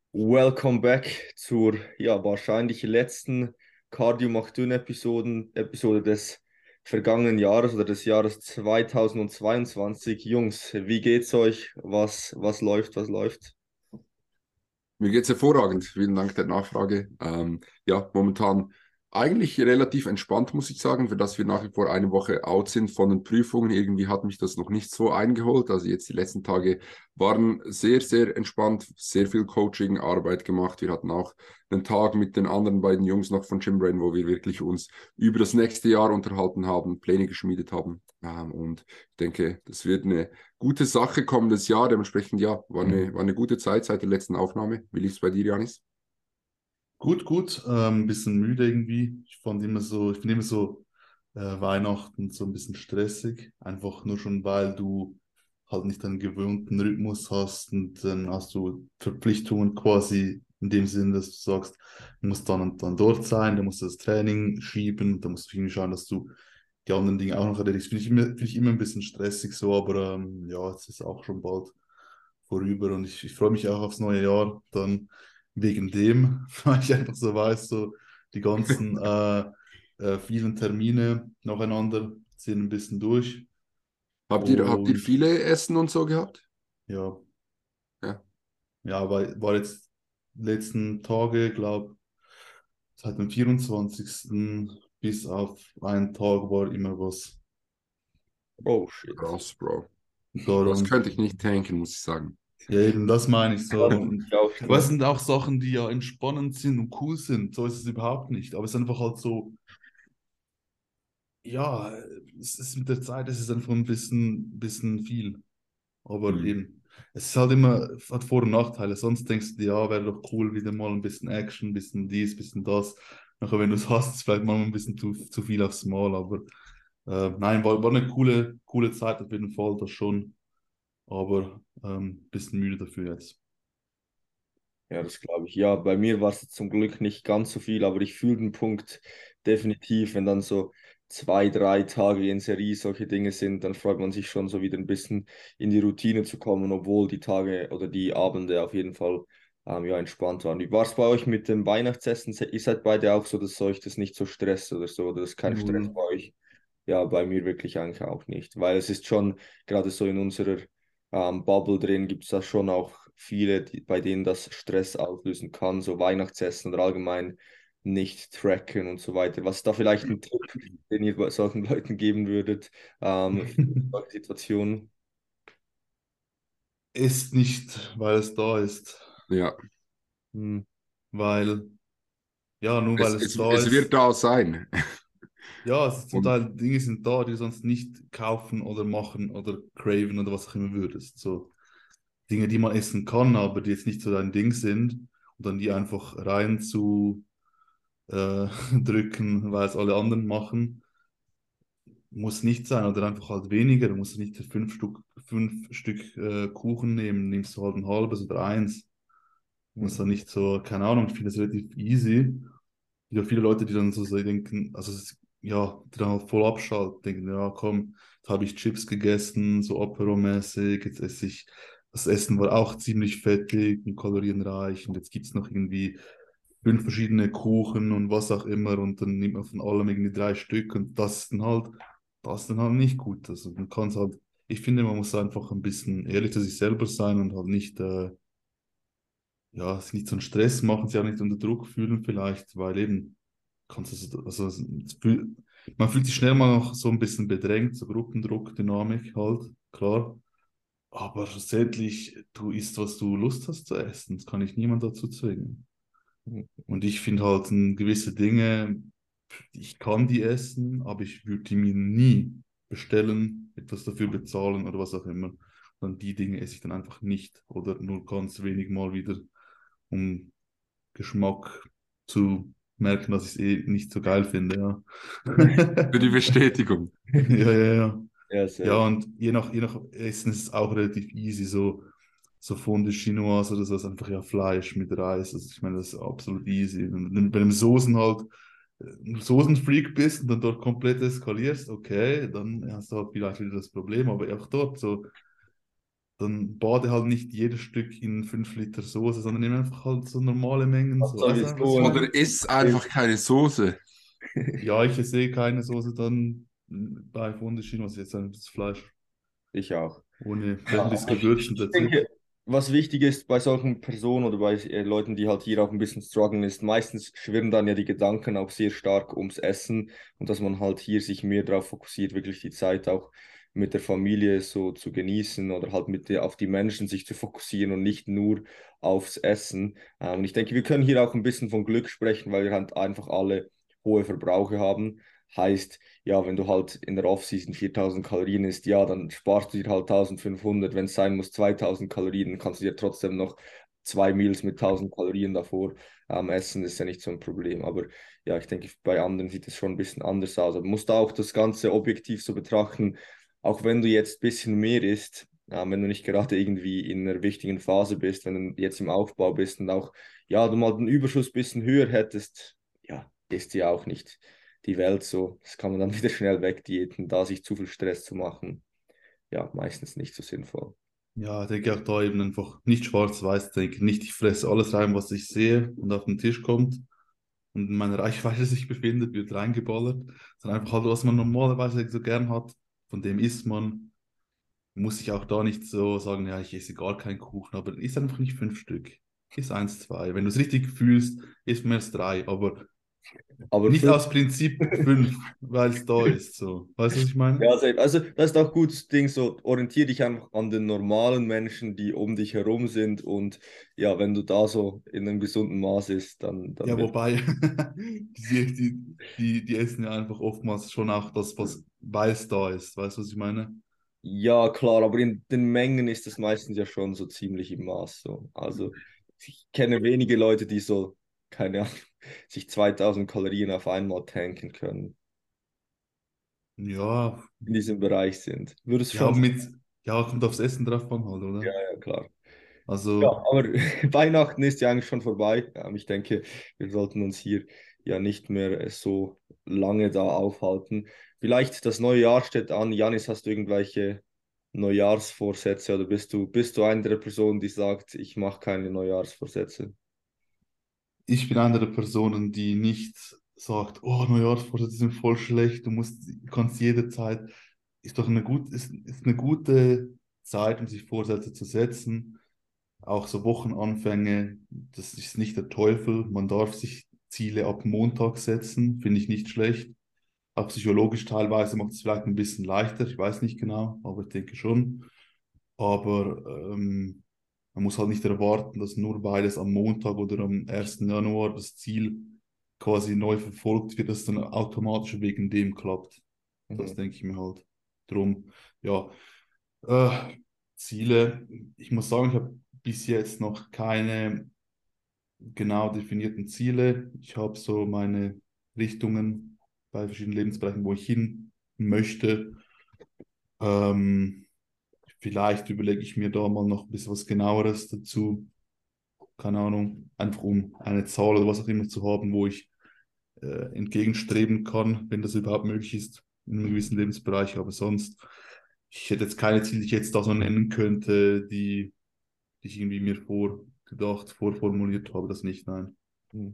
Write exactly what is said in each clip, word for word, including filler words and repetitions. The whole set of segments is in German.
Welcome back zur ja, wahrscheinlich letzten Cardio macht dünn Episoden, Episode des vergangenen Jahres oder des Jahres zweitausendzweiundzwanzig. Jungs, wie geht's euch? Was, was läuft, was läuft? Mir geht's hervorragend. Vielen Dank der Nachfrage. Ähm, ja, momentan eigentlich relativ entspannt, muss ich sagen, für dass wir nach wie vor eine Woche out sind von den Prüfungen. Irgendwie hat mich das noch nicht so eingeholt. Also jetzt die letzten Tage waren sehr, sehr entspannt, sehr viel Coaching, Arbeit gemacht. Wir hatten auch einen Tag mit den anderen beiden Jungs noch von Gymbrain, wo wir wirklich uns über das nächste Jahr unterhalten haben, Pläne geschmiedet haben. Ähm, und ich denke, das wird eine gute Sache kommendes Jahr. Dementsprechend, ja, war eine, war eine gute Zeit seit der letzten Aufnahme. Wie lief es bei dir, Janis? Gut, gut. Ähm, ein bisschen müde irgendwie. Ich fand immer so, ich finde immer so äh, Weihnachten so ein bisschen stressig. Einfach nur schon, weil du halt nicht einen gewohnten Rhythmus hast und dann hast du Verpflichtungen quasi in dem Sinne, dass du sagst, du musst dann und dann dort sein, du musst das Training schieben, da musst du irgendwie schauen, dass du die anderen Dinge auch noch erledigst. Finde ich immer, finde ich immer ein bisschen stressig so, aber ähm, ja, es ist auch schon bald vorüber und ich, ich freue mich auch aufs neue Jahr. Dann wegen dem, weil ich einfach so weiß, so die ganzen äh, äh, vielen Termine nacheinander sind ein bisschen durch. Habt ihr, habt ihr Und viele Essen und so gehabt? ja, Ja. ja, war, war jetzt letzten Tage, glaube seit dem vierundzwanzigsten bis auf einen Tag war immer was. Oh shit. Krass, Bro. Das Darum, könnte ich nicht tanken, muss ich sagen. ja, eben, das meine ich so. Kann Und, ich auch aber es nicht. sind auch Sachen, die ja entspannend sind und cool sind. So ist es überhaupt nicht. Aber es ist einfach halt so, ja, es ist mit der Zeit, es ist einfach ein bisschen, bisschen viel. Aber Hm. eben, es ist halt immer, hat Vor- und Nachteile. Sonst denkst du dir, ja, wäre doch cool, wieder mal ein bisschen Action, ein bisschen dies, ein bisschen das. Nachher, wenn du es hast, ist es vielleicht mal ein bisschen zu, zu viel aufs Mal. Aber äh, nein, war, war eine coole, coole Zeit auf jeden Fall, das schon. Aber ähm, ein bisschen müde dafür jetzt. Ja, das glaube ich. Ja, bei mir war es zum Glück nicht ganz so viel, aber ich fühle den Punkt definitiv, wenn dann so zwei, drei Tage in Serie solche Dinge sind, dann freut man sich schon so wieder ein bisschen in die Routine zu kommen, obwohl die Tage oder die Abende auf jeden Fall ähm, ja, entspannt waren. Wie war es bei euch mit dem Weihnachtsessen? Se- Ihr seid beide auch so, dass euch das nicht so stresst oder so, oder das ist kein Stress Null. bei euch? Ja, bei mir wirklich eigentlich auch nicht, weil es ist schon gerade so in unserer ähm, Bubble drin, gibt es da schon auch viele, die, bei denen das Stress auslösen kann, so Weihnachtsessen oder allgemein nicht tracken und so weiter. Was ist da vielleicht ein Tipp, den ihr bei solchen Leuten geben würdet, ähm, für solche Situationen? Ist nicht, weil es da ist. Ja, Hm. Weil, ja, nur weil es, es es, da es wird ist. da sein. Ja, es ist zum Und Teil Dinge sind da, die du sonst nicht kaufen oder machen oder craven oder was auch immer würdest. So Dinge, die man essen kann, aber die jetzt nicht so dein Ding sind und dann die einfach rein zu äh, drücken, weil es alle anderen machen, muss nicht sein oder einfach halt weniger. Du musst nicht fünf Stück, fünf Stück äh, Kuchen nehmen, nimmst du halt ein halbes oder eins. Muss dann nicht so, keine Ahnung, ich finde das relativ easy. Ja, viele Leute, die dann so, so denken, also es ist- ja, die dann halt voll abschalten, denken, ja, komm, jetzt habe ich Chips gegessen, so Apero-mäßig, jetzt esse ich, das Essen war auch ziemlich fettig und kalorienreich und jetzt gibt es noch irgendwie fünf verschiedene Kuchen und was auch immer und dann nimmt man von allem irgendwie drei Stück und das ist dann halt, das ist dann halt nicht gut. Also man kann es halt, ich finde, man muss einfach ein bisschen ehrlich zu sich selber sein und halt nicht, äh, ja, sich nicht so einen Stress machen, sich auch nicht unter Druck fühlen vielleicht, weil eben kannst du, so- also es fühl- man fühlt sich schnell mal noch so ein bisschen bedrängt, so Gruppendruck, Dynamik halt, klar. Aber schlussendlich, du isst, was du Lust hast zu essen. Das kann ich niemand dazu zwingen. Und ich finde halt n- gewisse Dinge, ich kann die essen, aber ich würde die mir nie bestellen, etwas dafür bezahlen oder was auch immer. Und die Dinge esse ich dann einfach nicht oder nur ganz wenig mal wieder, um Geschmack zu merken, dass ich es eh nicht so geil finde, ja. für die Bestätigung. Ja, ja, ja. Ja, Ja, safe. und je nach, je nach Essen ist es auch relativ easy, so, so Fondue Chinoise oder so, ist einfach ja Fleisch mit Reis. Also ich meine, das ist absolut easy. Und wenn du bei dem Soßen halt äh, ein Soßenfreak bist und dann dort komplett eskalierst, okay, dann hast du halt vielleicht wieder das Problem, aber auch dort so, dann bade halt nicht jedes Stück in fünf Liter Soße, sondern nimm einfach halt so normale Mengen. Was So. soll Weißt du, ich was ich so? meine? Oder isst einfach keine Soße. Ja, ich esse keine Soße dann bei Fondue, was ist jetzt einfach das Fleisch Ich auch. ohne Ja, vielleicht ein bisschen aber ich, Gewürz und ich that's it. denke, was wichtig ist bei solchen Personen oder bei äh, Leuten, die halt hier auch ein bisschen strugglen, ist, meistens schwirren dann ja die Gedanken auch sehr stark ums Essen und dass man halt hier sich mehr darauf fokussiert, wirklich die Zeit auch mit der Familie so zu genießen oder halt mit der, auf die Menschen sich zu fokussieren und nicht nur aufs Essen. Ähm, und ich denke, wir können hier auch ein bisschen von Glück sprechen, weil wir halt einfach alle hohe Verbrauche haben. Heißt, ja, wenn du halt in der Off-Season viertausend Kalorien isst, ja, dann sparst du dir halt eintausendfünfhundert. Wenn es sein muss, zweitausend Kalorien, dann kannst du dir trotzdem noch zwei Meals mit tausend Kalorien davor ähm, essen. Das ist ja nicht so ein Problem. Aber ja, ich denke, bei anderen sieht es schon ein bisschen anders aus. Aber du musst auch das Ganze objektiv so betrachten, auch wenn du jetzt ein bisschen mehr isst, ähm, wenn du nicht gerade irgendwie in einer wichtigen Phase bist, wenn du jetzt im Aufbau bist und auch, ja, du mal den Überschuss ein bisschen höher hättest, ja, ist ja auch nicht die Welt so. Das kann man dann wieder schnell wegdiäten, da sich zu viel Stress zu machen. Ja, meistens nicht so sinnvoll. Ja, ich denke auch da eben einfach nicht schwarz-weiß denken. Nicht, ich fresse alles rein, was ich sehe und auf den Tisch kommt und in meiner Reichweite sich befindet, wird reingeballert. Sondern einfach halt, was man normalerweise so gern hat, von dem isst man. Muss ich auch da nicht so sagen, ja, ich esse gar keinen Kuchen, aber isst einfach nicht fünf Stück. Iss eins, zwei. Wenn du es richtig fühlst, isst mehr als drei, aber Aber nicht für, aus Prinzip fünf, weil es da ist. So. Weißt du, was ich meine? ja, safe. Also das ist auch gutes Ding, so orientiere dich einfach an den normalen Menschen, die um dich herum sind und ja, wenn du da so in einem gesunden Maß ist, dann, dann Ja, wird wobei, die, die, die, die essen ja einfach oftmals schon auch das, was, weil es da ist. Weißt du, was ich meine? ja klar, aber in den Mengen ist das meistens ja schon so ziemlich im Maß so. Also ich kenne wenige Leute, die so, keine Ahnung, sich zweitausend Kalorien auf einmal tanken können, Ja, in diesem Bereich sind. Würde es ja, schon, mit, ja, kommt aufs Essen drauf an halt, ja, oder? ja, klar. Ja, Also, aber Weihnachten ist ja eigentlich schon vorbei. Ähm, ich denke, wir sollten uns hier ja nicht mehr äh, so lange da aufhalten. Vielleicht das neue Jahr steht an. Janis, hast du irgendwelche Neujahrsvorsätze oder bist du, bist du eine der Personen, die sagt, ich mache keine Neujahrsvorsätze? ich bin eine der Personen, die nicht sagt, oh, Neujahrsvorsätze sind voll schlecht, du musst, du kannst jederzeit, ist doch eine gut, ist, ist eine gute Zeit, um sich Vorsätze zu setzen. Auch so Wochenanfänge, das ist nicht der Teufel. Man darf sich Ziele ab Montag setzen, finde ich nicht schlecht. Auch psychologisch teilweise macht es vielleicht ein bisschen leichter, ich weiß nicht genau, aber ich denke schon. Aber ähm, man muss halt nicht erwarten, dass nur weil es am Montag oder am ersten Januar das Ziel quasi neu verfolgt wird, dass es dann automatisch wegen dem klappt. Das Mhm. denke ich mir halt. Drum, ja, äh, Ziele. Ich muss sagen, ich habe bis jetzt noch keine genau definierten Ziele. Ich habe so meine Richtungen bei verschiedenen Lebensbereichen, wo ich hin möchte. Ähm, Vielleicht überlege ich mir da mal noch ein bisschen was genaueres dazu. Keine Ahnung, einfach um eine Zahl oder was auch immer zu haben, wo ich äh, entgegenstreben kann, wenn das überhaupt möglich ist, in einem gewissen Lebensbereich. Aber sonst, ich hätte jetzt keine Ziele, die ich jetzt da so nennen könnte, die, die ich irgendwie mir vorgedacht, vorformuliert habe, das nicht, nein. Mhm.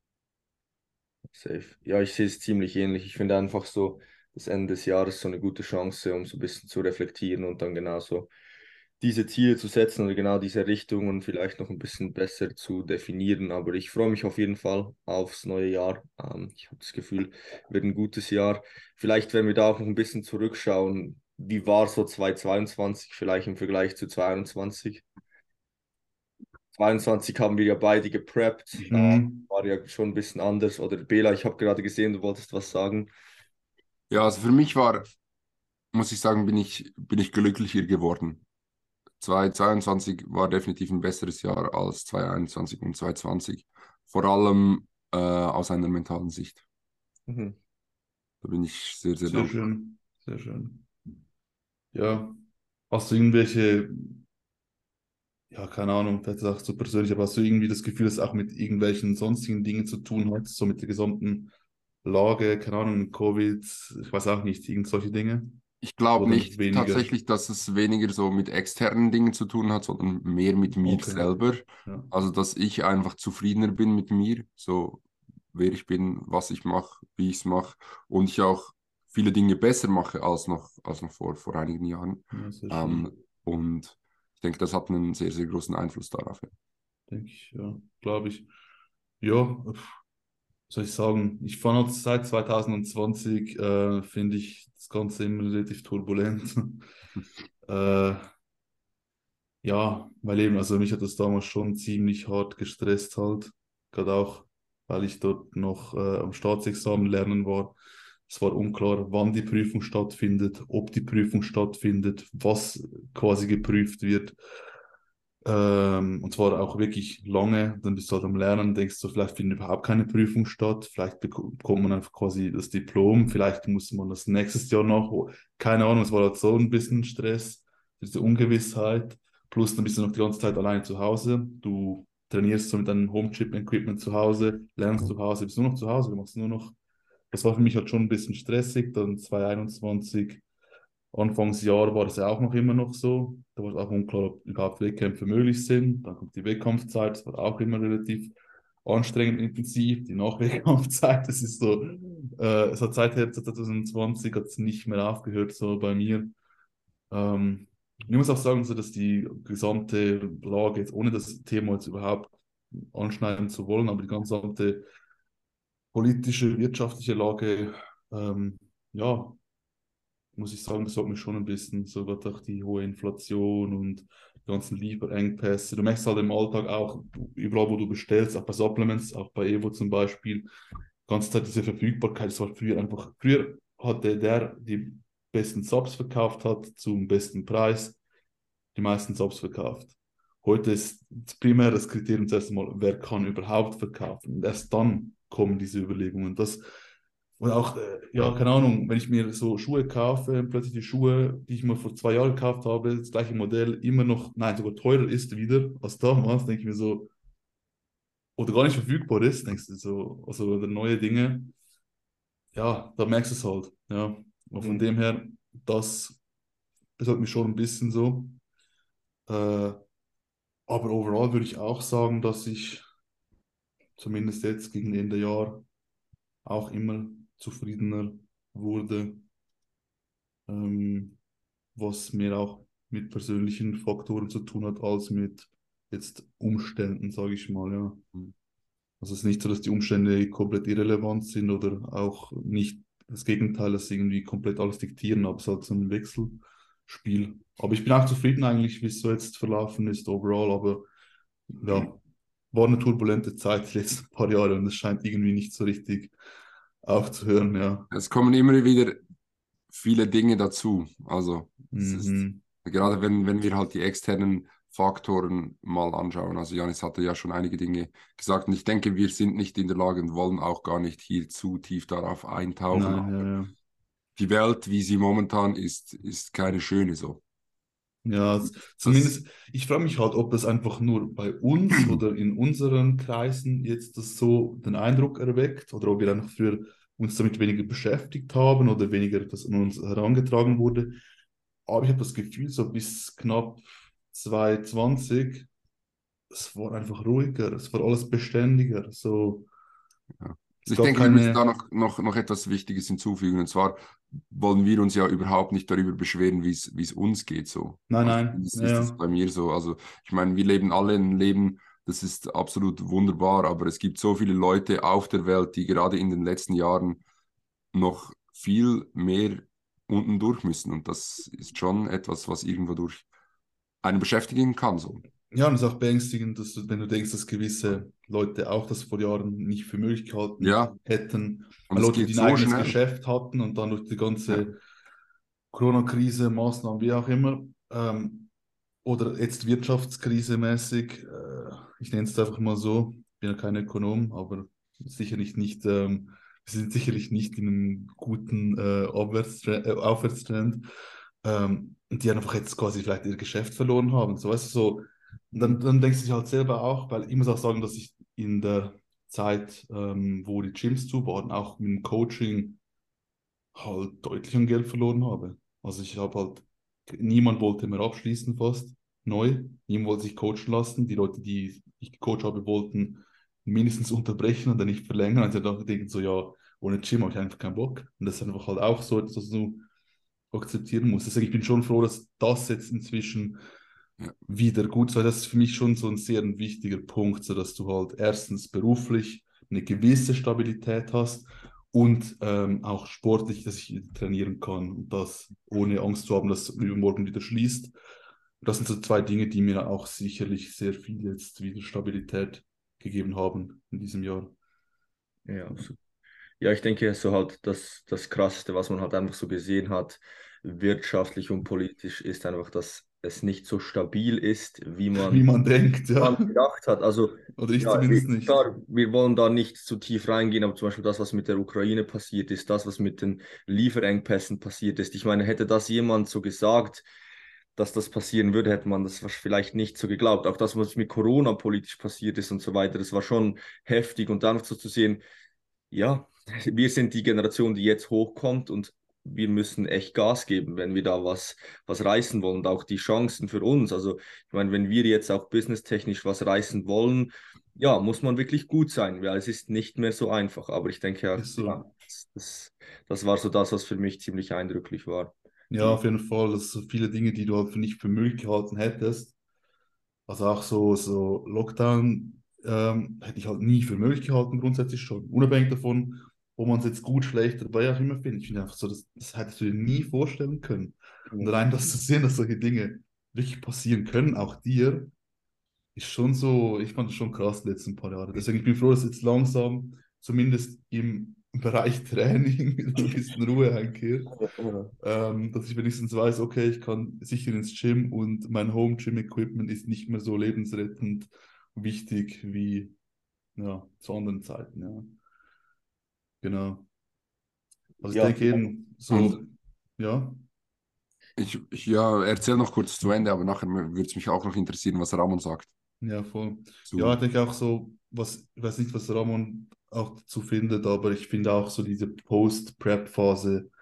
Safe. Ja, ich sehe es ziemlich ähnlich. Ich finde einfach so, das Ende des Jahres so eine gute Chance, um so ein bisschen zu reflektieren und dann genauso diese Ziele zu setzen oder genau diese Richtungen vielleicht noch ein bisschen besser zu definieren. Aber ich freue mich auf jeden Fall aufs neue Jahr. Ähm, ich habe das Gefühl, wird ein gutes Jahr. Vielleicht, wenn wir da auch noch ein bisschen zurückschauen, wie war so zweitausendzweiundzwanzig vielleicht im Vergleich zu zweiundzwanzig? zweiundzwanzig haben wir ja beide gepreppt, äh, Mhm. war ja schon ein bisschen anders. Oder Bela, ich habe gerade gesehen, du wolltest was sagen. Ja, also für mich war, muss ich sagen, bin ich, bin ich glücklicher geworden. zweitausendzweiundzwanzig war definitiv ein besseres Jahr als zweitausendeinundzwanzig und zweitausendzwanzig. Vor allem äh, aus einer mentalen Sicht. Mhm. Da bin ich sehr, sehr Sehr dankbar. schön, sehr schön. Ja, hast du irgendwelche, ja, keine Ahnung, vielleicht ist das auch so persönlich, aber hast du irgendwie das Gefühl, dass es auch mit irgendwelchen sonstigen Dingen zu tun hat, so mit der gesamten Lage, keine Ahnung, mit Covid, ich weiß auch nicht, irgend solche Dinge? Ich glaube oder nicht weniger? tatsächlich, dass es weniger so mit externen Dingen zu tun hat, sondern mehr mit mir Okay, selber. ja. Also, dass ich einfach zufriedener bin mit mir, so wer ich bin, was ich mache, wie ich es mache und ich auch viele Dinge besser mache als noch, als noch vor, vor einigen Jahren. Ja, sehr Ähm, schön, und ich denke, das hat einen sehr, sehr großen Einfluss darauf. Ja. denke ich, ja, glaube ich. Ja, pf, soll ich sagen, ich fand halt seit zwanzig zwanzig, äh, finde ich das Ganze immer relativ turbulent. äh, ja, weil eben, also mich hat das damals schon ziemlich hart gestresst halt, gerade auch, weil ich dort noch äh, am Staatsexamen lernen war. Es war unklar, wann die Prüfung stattfindet, ob die Prüfung stattfindet, was quasi geprüft wird. Ähm, und zwar auch wirklich lange. Dann bist du halt am Lernen, denkst du, vielleicht findet überhaupt keine Prüfung statt. Vielleicht beko- bekommt man einfach quasi das Diplom. Vielleicht muss man das nächstes Jahr noch. Keine Ahnung, es war halt so ein bisschen Stress, diese Ungewissheit. Plus dann bist du noch die ganze Zeit alleine zu Hause. Du trainierst so mit deinem Home-Gym-Equipment zu Hause, lernst zu Hause, bist nur noch zu Hause, du machst nur noch. Das war für mich halt schon ein bisschen stressig. Dann zwanzig einundzwanzig. Anfangsjahr war es ja auch noch immer noch so. Da war es auch unklar, ob überhaupt Wettkämpfe möglich sind. Dann kommt die Wettkampfzeit, das war auch immer relativ anstrengend intensiv. Die Nachwettkampfzeit, das ist so, äh, es hat seither zwanzig zwanzig hat es nicht mehr aufgehört, so bei mir. Ähm, ich muss auch sagen, so, dass die gesamte Lage, jetzt ohne das Thema jetzt überhaupt anschneiden zu wollen, aber die gesamte politische, wirtschaftliche Lage, ähm, ja, muss ich sagen, das hat mich schon ein bisschen, sogar durch die hohe Inflation und die ganzen Lieferengpässe. Du merkst halt im Alltag auch, überall wo du bestellst, auch bei Supplements, auch bei Evo zum Beispiel, die ganze Zeit diese Verfügbarkeit. Das war früher einfach, früher hatte der, die besten Subs verkauft hat, zum besten Preis, die meisten Subs verkauft. Heute ist primär das Kriterium zuerst einmal, wer kann überhaupt verkaufen. Und erst dann kommen diese Überlegungen. Das und auch, äh, ja, keine Ahnung, wenn ich mir so Schuhe kaufe, plötzlich die Schuhe, die ich mir vor zwei Jahren gekauft habe, das gleiche Modell, immer noch, nein, sogar teurer ist wieder als damals, denke ich mir so, oder gar nicht verfügbar ist, denkst du so, also oder neue Dinge, ja, da merkst du es halt, ja. Und von Mhm. dem her, das besorgt mich schon ein bisschen so. Äh, aber overall würde ich auch sagen, dass ich zumindest jetzt gegen Ende Jahr auch immer zufriedener wurde. Ähm, was mehr auch mit persönlichen Faktoren zu tun hat, als mit jetzt Umständen, sage ich mal, ja. Also es ist nicht so, dass die Umstände komplett irrelevant sind oder auch nicht das Gegenteil, dass sie irgendwie komplett alles diktieren, aber es ist halt so ein Wechselspiel. Aber ich bin auch zufrieden eigentlich, wie es so jetzt verlaufen ist overall, aber ja, war eine turbulente Zeit die letzten paar Jahre und es scheint irgendwie nicht so richtig aufzuhören, ja. Es kommen immer wieder viele Dinge dazu. Also es ist Mhm. gerade wenn, wenn wir halt die externen Faktoren mal anschauen. Also Janis hatte ja schon einige Dinge gesagt und ich denke, wir sind nicht in der Lage und wollen auch gar nicht hier zu tief darauf eintauchen. Nein, ja, Aber ja. die Welt, wie sie momentan ist, ist keine schöne so. Ja, z- Das, zumindest, ich frage mich halt, ob das einfach nur bei uns oder in unseren Kreisen jetzt das so den Eindruck erweckt oder ob wir einfach früher uns damit weniger beschäftigt haben oder weniger das an uns herangetragen wurde. Aber ich habe das Gefühl, so bis knapp zwanzig zwanzig, es war einfach ruhiger, es war alles beständiger. So, ja. es Also ich gab denke, ich möchte da keine, noch, noch, noch etwas Wichtiges hinzufügen. Und zwar wollen wir uns ja überhaupt nicht darüber beschweren, wie es, wie es uns geht so. nein, Also nein, ist, ja, ist es ja. bei mir so. Also ich meine, wir leben alle ein Leben, das ist absolut wunderbar, aber es gibt so viele Leute auf der Welt, die gerade in den letzten Jahren noch viel mehr unten durch müssen. Und das ist schon etwas, was irgendwo durch einen beschäftigen kann. So. Ja, und es ist auch beängstigend, dass du, wenn du denkst, dass gewisse Leute auch das vor Jahren nicht für möglich gehalten Ja, hätten. und Weil es Leute, geht die ein so eigenes schnell. Geschäft hatten und dann durch die Ja. ganze Corona-Krise, Maßnahmen, wie auch immer, ähm, oder jetzt Wirtschaftskrise mäßig, äh, ich nenne es einfach mal so, bin ja kein Ökonom, aber sicherlich nicht, ähm, wir sind sicherlich nicht in einem guten äh, Abwärtstrend, äh, Aufwärtstrend, ähm, und die einfach jetzt quasi vielleicht ihr Geschäft verloren haben. So, weißt du, so, und dann, dann denkst du dich halt selber auch, weil ich muss auch sagen, dass ich in der Zeit, ähm, wo die Gyms zu waren, auch mit dem Coaching halt deutlich an Geld verloren habe. Also ich habe halt, niemand wollte mehr abschließen fast, neu. Niemand wollte sich coachen lassen. Die Leute, die ich gecoacht habe, wollten mindestens unterbrechen und dann nicht verlängern. Also da denken so, ja, ohne Gym habe ich einfach keinen Bock. Und das ist einfach halt auch so etwas, was du akzeptieren musst. Deswegen ich bin schon froh, dass das jetzt inzwischen Ja. wieder gut ist, weil das ist für mich schon so ein sehr ein wichtiger Punkt, so dass du halt erstens beruflich eine gewisse Stabilität hast und ähm, auch sportlich, dass ich trainieren kann und das ohne Angst zu haben, dass es übermorgen wieder schließt. Das sind so zwei Dinge, die mir auch sicherlich sehr viel jetzt wieder Stabilität gegeben haben in diesem Jahr. Ja, so. Ja, ich denke, so halt das, das Krasseste, was man halt einfach so gesehen hat, wirtschaftlich und politisch, ist einfach, dass es nicht so stabil ist, wie Wie man man denkt, ja. man gedacht hat. Also, Oder ich ja, wir, zumindest nicht. klar, wir wollen da nicht zu tief reingehen, aber zum Beispiel das, was mit der Ukraine passiert ist, das, was mit den Lieferengpässen passiert ist. Ich meine, hätte das jemand so gesagt, dass das passieren würde, hätte man das vielleicht nicht so geglaubt. Auch das, was mit Corona politisch passiert ist und so weiter, das war schon heftig. Und dann so zu sehen, ja, wir sind die Generation, die jetzt hochkommt und wir müssen echt Gas geben, wenn wir da was, was reißen wollen und auch die Chancen für uns. Also, ich meine, wenn wir jetzt auch businesstechnisch was reißen wollen, ja, muss man wirklich gut sein, weil es ist nicht mehr so einfach. Aber ich denke ja, Ist ja, so. das, das war so das, was für mich ziemlich eindrücklich war. Ja, Die, auf jeden Fall. Das sind so viele Dinge, die du halt für nicht für möglich gehalten hättest. Also auch so, so Lockdown ähm, hätte ich halt nie für möglich gehalten, grundsätzlich schon. Unabhängig davon, ob man es jetzt gut, schlecht oder was auch immer findet. Ich finde einfach so, das, das hättest du dir nie vorstellen können. Und allein das zu sehen, dass solche Dinge wirklich passieren können, auch dir, ist schon so, ich fand das schon krass die letzten paar Jahre. Deswegen ich bin froh, dass jetzt langsam zumindest im Bereich Training wieder ein bisschen Ruhe einkehrt. Ähm, dass ich wenigstens weiß, okay, ich kann sicher ins Gym und mein Home-Gym-Equipment ist nicht mehr so lebensrettend wichtig wie ja, zu anderen Zeiten. Ja. Genau. Also ich ja, denke eben so, Und ja, ich, ich ja, erzähl noch kurz zu Ende, aber nachher würde es mich auch noch interessieren, was Ramon sagt. ja, voll. Ja, ich Zu, denke auch so, was, ich weiß nicht, was Ramon auch dazu findet, aber ich finde auch so diese Post-Prep-Phase.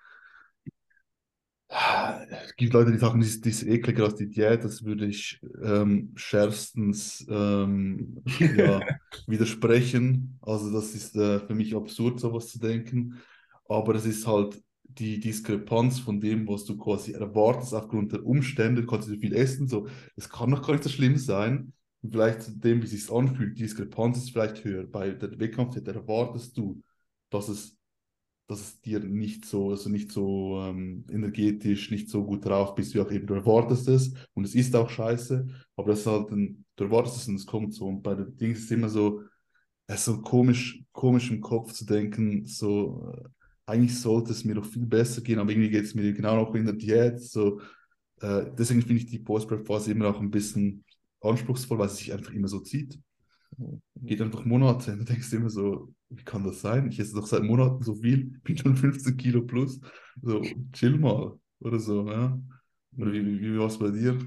Es gibt Leute, die sagen, das ist, das ist ekliger als die Diät. Das würde ich ähm, schärfstens ähm, ja, widersprechen. Also das ist äh, für mich absurd, sowas zu denken. Aber es ist halt die Diskrepanz von dem, was du quasi erwartest aufgrund der Umstände. Du kannst so viel essen, so. Das kann doch gar nicht so schlimm sein. Und vielleicht zu dem, wie es sich anfühlt, die Diskrepanz ist vielleicht höher. Bei der Wettkampfdiät erwartest du, dass es dass es dir nicht so, also nicht so ähm, energetisch, nicht so gut drauf bist, wie auch eben du erwartest es. Und es ist auch scheiße, aber das ist halt ein, du erwartest es und es kommt so. Und bei den Dingen ist es immer so, es ist so komisch, komisch im Kopf zu denken, so, äh, eigentlich sollte es mir doch viel besser gehen, aber irgendwie geht es mir genau noch in der Diät. So, äh, deswegen finde ich die Post-Prep-Phase immer auch ein bisschen anspruchsvoll, weil es sich einfach immer so zieht. Geht einfach Monate. Und du denkst immer so, wie kann das sein? Ich esse doch seit Monaten so viel, bin schon fünfzehn Kilo plus. So, chill mal. Oder so, ja. Oder wie, wie, wie war es bei dir?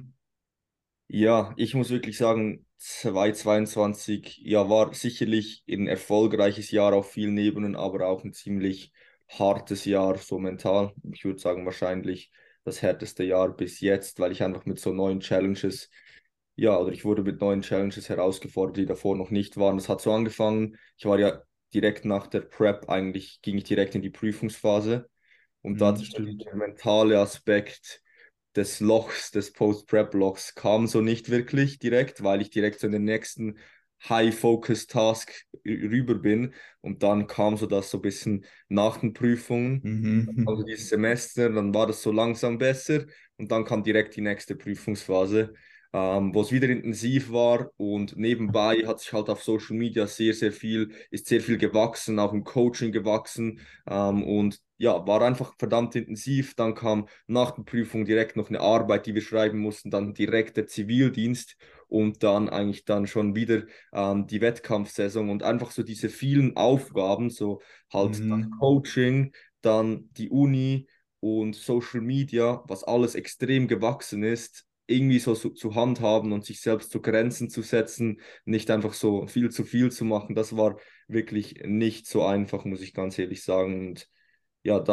Ja, ich muss wirklich sagen, zwanzig zweiundzwanzig, ja, war sicherlich ein erfolgreiches Jahr auf vielen Ebenen, aber auch ein ziemlich hartes Jahr, so mental. Ich würde sagen, wahrscheinlich das härteste Jahr bis jetzt, weil ich einfach mit so neuen Challenges, ja, oder ich wurde mit neuen Challenges herausgefordert, die davor noch nicht waren. Das hat so angefangen, ich war ja direkt nach der Prep, eigentlich ging ich direkt in die Prüfungsphase und da hat Hm, sich so stimmt. dieser mentale Aspekt des Lochs, des Post-Prep-Lochs kam so nicht wirklich direkt, weil ich direkt so in den nächsten High-Focus-Task rüber bin. Und dann kam so das so ein bisschen nach den Prüfungen, also Mhm. dieses Semester, dann war das so langsam besser und dann kam direkt die nächste Prüfungsphase, ähm, wo es wieder intensiv war und nebenbei hat sich halt auf Social Media sehr, sehr viel, ist sehr viel gewachsen, auch im Coaching gewachsen, ähm, und ja, war einfach verdammt intensiv. Dann kam nach der Prüfung direkt noch eine Arbeit, die wir schreiben mussten, dann direkt der Zivildienst und dann eigentlich dann schon wieder ähm, die Wettkampfsaison und einfach so diese vielen Aufgaben, so halt das Mhm. Coaching, dann die Uni und Social Media, was alles extrem gewachsen ist, irgendwie so, so zu handhaben und sich selbst zu Grenzen zu setzen, nicht einfach so viel zu viel zu machen, das war wirklich nicht so einfach, muss ich ganz ehrlich sagen. Und ja, da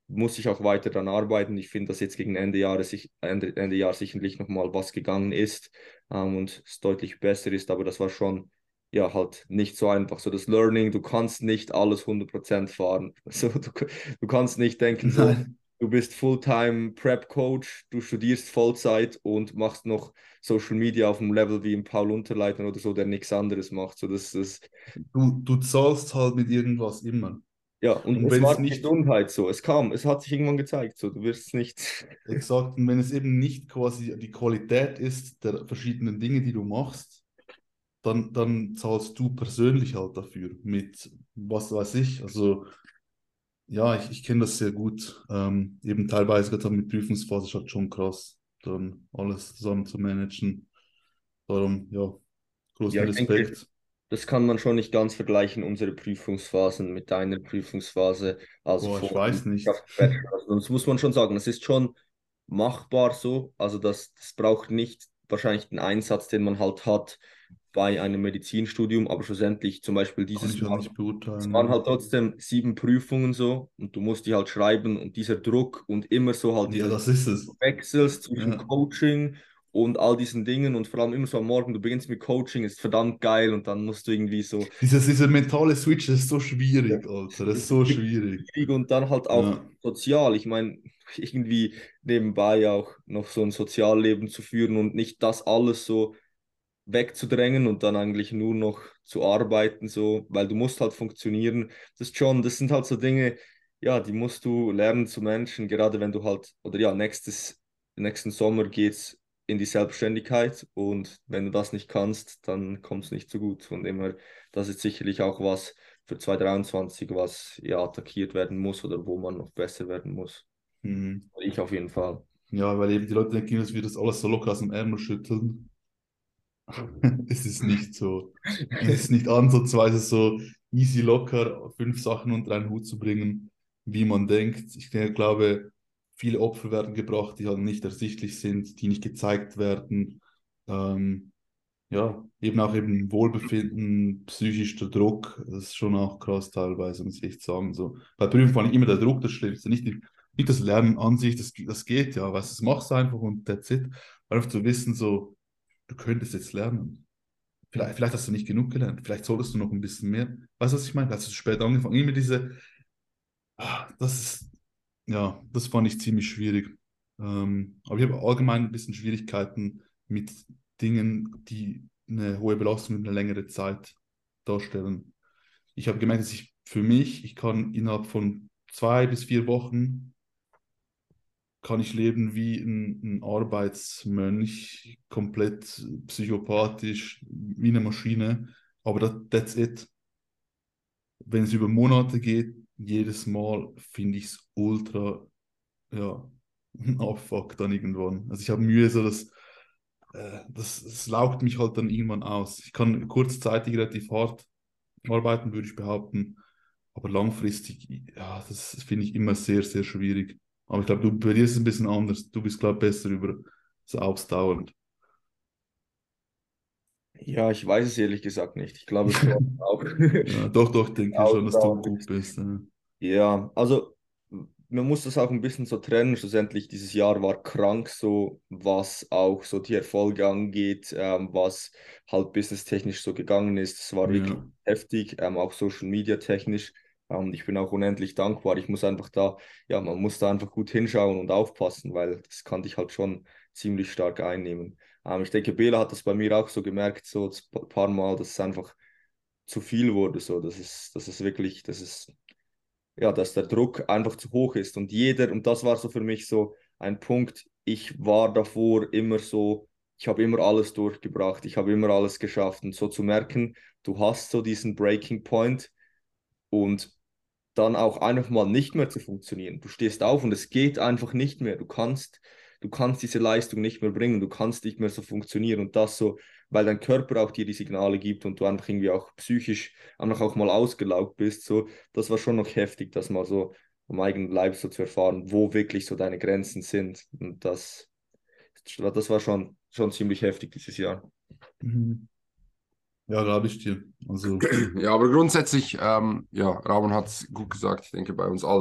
muss ich auch weiter daran arbeiten. Ich finde, dass jetzt gegen Ende Jahres, sich, Ende, Ende Jahr sicherlich nochmal was gegangen ist ähm, und es deutlich besser ist, aber das war schon ja halt nicht so einfach. So das Learning, du kannst nicht alles hundert Prozent fahren. So, du, du kannst nicht denken, so, Nein. du bist Fulltime Prep Coach, du studierst Vollzeit und machst noch Social Media auf einem Level wie im Paul Unterleitner oder so, der nichts anderes macht. So, das, das, Du, du zahlst halt mit irgendwas immer. ja, und Und es wenn war es die nicht Gesundheit so. Es kam, es hat sich irgendwann gezeigt, so, du wirst es nicht. exakt, und wenn es eben nicht quasi die Qualität ist der verschiedenen Dinge, die du machst, dann, dann zahlst du persönlich halt dafür mit, was weiß ich. Also ja, ich, ich kenne das sehr gut. Ähm, eben teilweise gerade mit Prüfungsphase ist halt schon krass, dann alles zusammen zu managen. Darum, ja, Ja, großen ich denke, Respekt. das kann man schon nicht ganz vergleichen, unsere Prüfungsphasen mit deiner Prüfungsphase, also Boah, ich vor weiß nicht. Bachelor. Also das muss man schon sagen, es ist schon machbar so. Also das, das braucht nicht wahrscheinlich den Einsatz, den man halt hat bei einem Medizinstudium, aber schlussendlich zum Beispiel Kann dieses ich halt Mal, nicht es beurteilen, waren ja. halt trotzdem sieben Prüfungen so und du musst die halt schreiben und dieser Druck und immer so halt Ja, dieses das ist es. Wechsels zwischen Ja. Coaching und all diesen Dingen und vor allem immer so am Morgen, du beginnst mit Coaching, ist verdammt geil und dann musst du irgendwie so, Dieses, dieser mentale Switch, das ist so ja, schwierig, Alter. Das das ist ist so wirklich schwierig. schwierig und dann halt auch Ja. sozial. Ich meine, irgendwie nebenbei auch noch so ein Sozialleben zu führen und nicht das alles so wegzudrängen und dann eigentlich nur noch zu arbeiten, so, weil du musst halt funktionieren. Das ist schon, das sind halt so Dinge, ja, die musst du lernen zu managen, gerade wenn du halt, oder ja, nächstes, nächsten Sommer geht's in die Selbstständigkeit und wenn du das nicht kannst, dann kommt es nicht so gut. Von dem her, das ist sicherlich auch was für zwanzig dreiundzwanzig, was ja attackiert werden muss oder wo man noch besser werden muss. Mhm. Ich auf jeden Fall. Ja, weil eben die Leute denken, dass wir das alles so locker aus dem Ärmel schütteln. Es ist nicht so. Es ist nicht ansatzweise so easy locker, fünf Sachen unter einen Hut zu bringen, wie man denkt. Ich denke, glaube, viele Opfer werden gebracht, die halt nicht ersichtlich sind, die nicht gezeigt werden. Ähm, ja, eben auch eben Wohlbefinden, psychischer Druck, das ist schon auch krass teilweise, muss ich echt sagen. So. Bei Prüfungen fand ich immer der Druck das Schlimmste, nicht, die, nicht das Lernen an sich, das, das geht ja, weißt du, das machst du einfach und that's it. Einfach zu wissen, so, du könntest jetzt lernen. Vielleicht, vielleicht hast du nicht genug gelernt, vielleicht solltest du noch ein bisschen mehr. Weißt du, was ich meine? Hast du spät angefangen? Immer diese, ah, das ist, ja, das fand ich ziemlich schwierig. Ähm, aber ich habe allgemein ein bisschen Schwierigkeiten mit Dingen, die eine hohe Belastung über eine längere Zeit darstellen. Ich habe gemerkt, dass ich für mich, ich kann innerhalb von zwei bis vier Wochen kann ich leben wie ein, ein Arbeitsmönch, komplett psychopathisch, wie eine Maschine. Aber das, that's it. Wenn es über Monate geht, jedes Mal finde ich es ultra, ja, oh fuck, dann irgendwann. Also ich habe Mühe, so dass äh, das, das laugt mich halt dann irgendwann aus. Ich kann kurzzeitig relativ hart arbeiten, würde ich behaupten, aber langfristig, ja, das finde ich immer sehr, sehr schwierig. Aber ich glaube, du, bei dir ist es ein bisschen anders. Du bist, glaube ich, besser über so ausdauernd. Ja, ich weiß es ehrlich gesagt nicht. Ich glaube schon auch. Ja, doch, doch, denke ich schon, dass du Ausdauernd gut ist. bist. Ja. Ja, also man muss das auch ein bisschen so trennen. Schlussendlich, dieses Jahr war krank, so was auch so die Erfolge angeht, ähm, was halt businesstechnisch so gegangen ist. Es war wirklich Ja. heftig, ähm, auch Social Media technisch. Und ich bin auch unendlich dankbar. Ich muss einfach da, ja, man muss da einfach gut hinschauen und aufpassen, weil das kann dich halt schon ziemlich stark einnehmen. Ähm, ich denke, Bela hat das bei mir auch so gemerkt, so ein paar Mal, dass es einfach zu viel wurde. So, das ist, das ist wirklich, das ist ja, dass der Druck einfach zu hoch ist. Und jeder, und das war so für mich so ein Punkt, ich war davor immer so, ich habe immer alles durchgebracht, ich habe immer alles geschafft. Und so zu merken, du hast so diesen Breaking Point und dann auch einfach mal nicht mehr zu funktionieren. Du stehst auf und es geht einfach nicht mehr. Du kannst, du kannst diese Leistung nicht mehr bringen, du kannst nicht mehr so funktionieren und das so, weil dein Körper auch dir die Signale gibt und du einfach irgendwie auch psychisch einfach auch mal ausgelaugt bist. So, das war schon noch heftig, das mal so am eigenen Leib so zu erfahren, wo wirklich so deine Grenzen sind. Und das, das war schon, schon ziemlich heftig dieses Jahr. Mhm. Ja, glaube ich dir. Also, Ja, aber grundsätzlich, ähm, ja, Ramon hat es gut gesagt. Ich denke, bei uns allen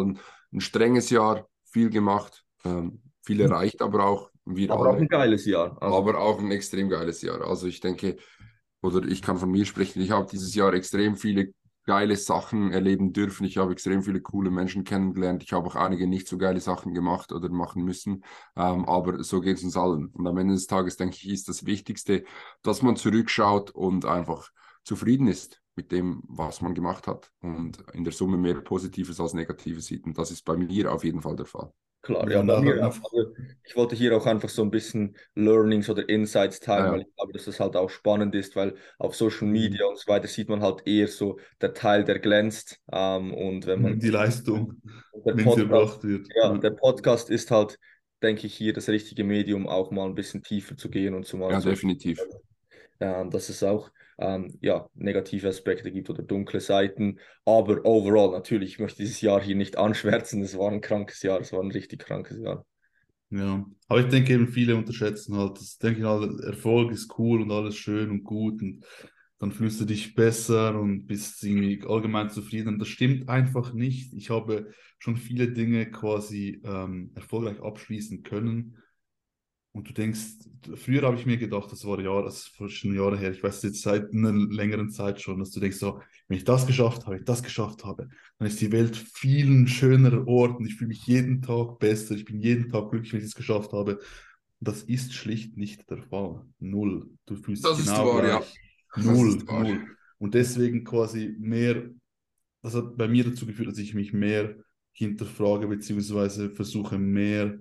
ein strenges Jahr, viel gemacht, ähm, viel erreicht, aber auch wir Aber auch alle, ein geiles Jahr. Also, aber auch ein extrem geiles Jahr. Also ich denke, oder ich kann von mir sprechen, ich habe dieses Jahr extrem viele geile Sachen erleben dürfen. Ich habe extrem viele coole Menschen kennengelernt. Ich habe auch einige nicht so geile Sachen gemacht oder machen müssen. Ähm, aber so geht es uns allen. Und am Ende des Tages, denke ich, ist das Wichtigste, dass man zurückschaut und einfach zufrieden ist mit dem, was man gemacht hat und in der Summe mehr Positives als Negatives sieht. Und das ist bei mir auf jeden Fall der Fall. klar, Ja, ja, und bei auch mir auch. einfach, Also ich wollte hier auch einfach so ein bisschen Learnings oder Insights Ja, teilen, weil ja. ich glaube, dass das halt auch spannend ist, weil auf Social mhm, Media und so weiter sieht man halt eher so der Teil, der glänzt. Ähm, und wenn man die Leistung, der wenn sie Podcast, erbracht wird. ja, Ja, der Podcast ist halt, denke ich, hier das richtige Medium, auch mal ein bisschen tiefer zu gehen und zu mal Ja, zu definitiv. ähm, dass es auch ähm, ja, negative Aspekte gibt oder dunkle Seiten. Aber overall, natürlich, ich möchte dieses Jahr hier nicht anschwärzen. Es war ein krankes Jahr, es war ein richtig krankes Jahr. ja. Aber ich denke eben, viele unterschätzen halt, das denke ich halt, Erfolg ist cool und alles schön und gut und dann fühlst du dich besser und bist irgendwie allgemein zufrieden. Und das stimmt einfach nicht. Ich habe schon viele Dinge quasi ähm, erfolgreich abschließen können. Und du denkst, früher habe ich mir gedacht, das war Jahre, das ist schon Jahre her, ich weiß jetzt seit einer längeren Zeit schon, dass du denkst, so, wenn ich das geschafft habe, ich das geschafft habe, dann ist die Welt viel ein schönerer Ort und ich fühle mich jeden Tag besser, ich bin jeden Tag glücklich, wenn ich es geschafft habe. Und das ist schlicht nicht der Fall. Null. Du fühlst dich Das ist genau wahr, ja. gleich. Das Null, ist wahr. null. Und deswegen quasi mehr, das hat bei mir dazu geführt, dass ich mich mehr hinterfrage, beziehungsweise versuche mehr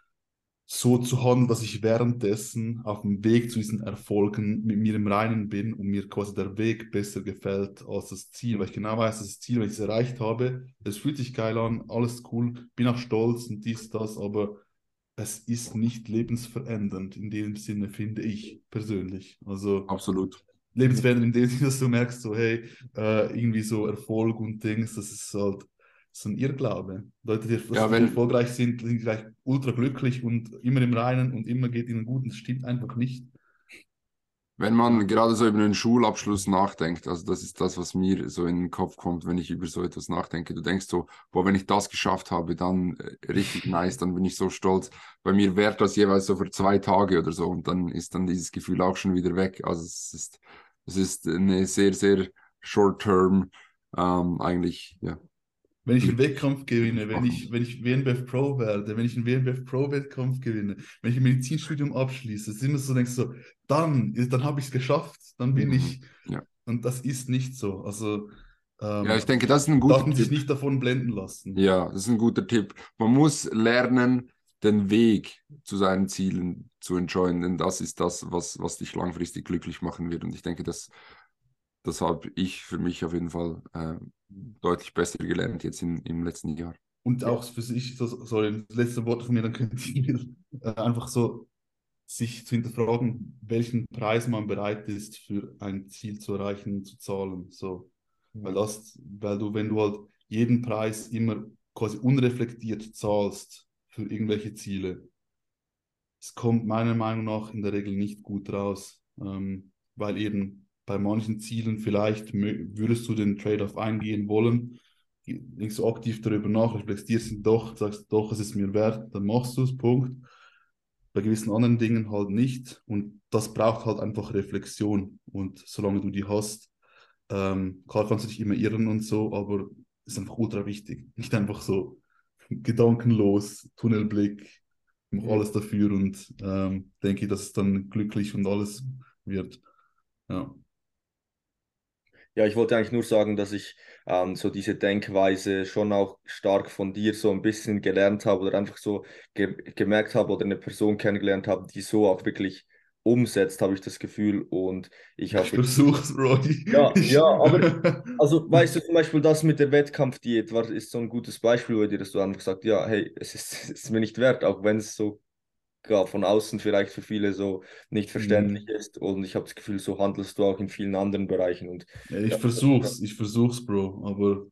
so zu handeln, dass ich währenddessen auf dem Weg zu diesen Erfolgen mit mir im Reinen bin und mir quasi der Weg besser gefällt als das Ziel, weil ich genau weiß, dass das Ziel, wenn ich es erreicht habe, es fühlt sich geil an, alles cool, bin auch stolz und dies, das, aber es ist nicht lebensverändernd in dem Sinne, finde ich persönlich. Also Absolut. lebensverändernd in dem Sinne, dass du merkst, so hey, äh, irgendwie so Erfolg und Dings, das ist halt so ein Irrglaube. Leute, die, dass Ja, die wenn, erfolgreich sind, sind gleich ultra glücklich und immer im Reinen und immer geht ihnen gut. Und das stimmt einfach nicht. wenn Ja. man gerade so über einen Schulabschluss nachdenkt, also das ist das, was mir so in den Kopf kommt, wenn ich über so etwas nachdenke. Du denkst so, boah, wenn ich das geschafft habe, dann äh, richtig nice, dann bin ich so stolz. Bei mir währt das jeweils so für zwei Tage oder so und dann ist dann dieses Gefühl auch schon wieder weg. Also es ist, es ist eine sehr, sehr short-term, ähm, eigentlich, ja, Wenn ich einen glücklich, Wettkampf gewinne, glücklich wenn ich, machend. wenn ich W N B F Pro werde, wenn ich einen W N B F Pro-Wettkampf gewinne, wenn ich ein Medizinstudium abschließe, ist immer so, denkst du so, dann, dann habe ich es geschafft, dann bin Mhm. ich, Ja. und das ist nicht so. Also Ja, ich ähm, denke, das ist ein darf guter man sich Tipp. nicht davon blenden lassen. Ja, das ist ein guter Tipp. Man muss lernen, den Weg zu seinen Zielen zu enjoyen, denn das ist das, was, was dich langfristig glücklich machen wird. Und ich denke, das, das habe ich für mich auf jeden Fall äh, deutlich besser gelernt jetzt in, im letzten Jahr. Und auch für sich, so, sorry, das letzte Wort von mir, dann könnt ihr äh, einfach so sich zu hinterfragen, welchen Preis man bereit ist, für ein Ziel zu erreichen, zu zahlen. So. Weil Mhm. das, weil du, wenn du halt jeden Preis immer quasi unreflektiert zahlst für irgendwelche Ziele, es kommt meiner Meinung nach in der Regel nicht gut raus, ähm, weil eben bei manchen Zielen vielleicht mö- würdest du den Trade-off eingehen wollen, denkst du aktiv darüber nach, reflektierst ihn doch, sagst doch, es ist mir wert, dann machst du es, Punkt. Bei gewissen anderen Dingen halt nicht und das braucht halt einfach Reflexion und solange du die hast, ähm, klar kannst du dich immer irren und so, aber ist einfach ultra wichtig. Nicht einfach so gedankenlos, Tunnelblick, mach Mhm. alles dafür und ähm, denke, dass es dann glücklich und alles wird. Ja. Ja, ich wollte eigentlich nur sagen, dass ich ähm, so diese Denkweise schon auch stark von dir so ein bisschen gelernt habe oder einfach so ge gemerkt habe oder eine Person kennengelernt habe, die so auch wirklich umsetzt, habe ich das Gefühl. Und ich Ich auch wirklich, versuch's, Bro. Ich, ja, ja, ich aber also weißt du zum Beispiel das mit der Wettkampfdiät war, ist so ein gutes Beispiel bei dir, dass du einfach sagst, ja, hey, es ist, es ist mir nicht wert, auch wenn es so ja, von außen vielleicht für viele so nicht verständlich Hm. ist. Und ich habe das Gefühl, so handelst du auch in vielen anderen Bereichen. Und Ja, ja, ich versuch's, ich versuch's, Bro, aber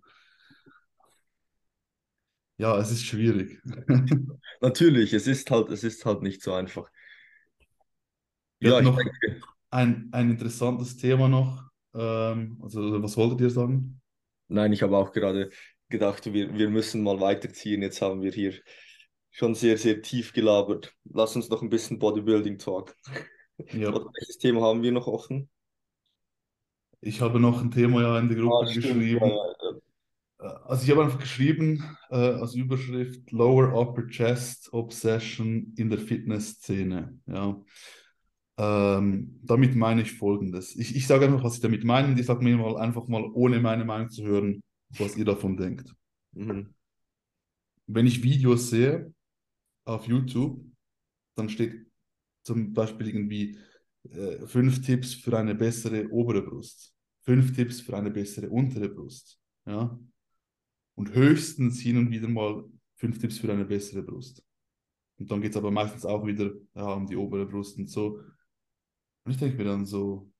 ja, es ist schwierig. natürlich, es ist halt, es ist halt nicht so einfach. Wir Ja, hatten ich noch denke, ein, ein interessantes Thema noch. Ähm, also, was wolltet ihr sagen? nein, ich habe auch gerade gedacht, wir, wir müssen mal weiterziehen. Jetzt haben wir hier schon sehr, sehr tief gelabert. Lass uns noch ein bisschen Bodybuilding talk. Ja, Oder welches Thema haben wir noch offen? ich habe noch ein Thema ja in die Ah, Gruppe stimmt. Ja, geschrieben. ja, Äh, Also ich habe einfach geschrieben äh, als Überschrift Lower Upper Chest Obsession in der Fitnessszene. Ja. Ähm, damit meine ich Folgendes. Ich, ich sage einfach, was ich damit meine, und ich sage mir mal einfach mal, ohne meine Meinung zu hören, was ihr davon denkt. ja. Mhm. Wenn ich Videos sehe auf YouTube, dann steht zum Beispiel irgendwie äh, fünf Tipps für eine bessere obere Brust, fünf Tipps für eine bessere untere Brust. Ja? Und höchstens hin und wieder mal fünf Tipps für eine bessere Brust. Und dann geht es aber meistens auch wieder ja, um die obere Brust und so. Und ich denke mir dann so,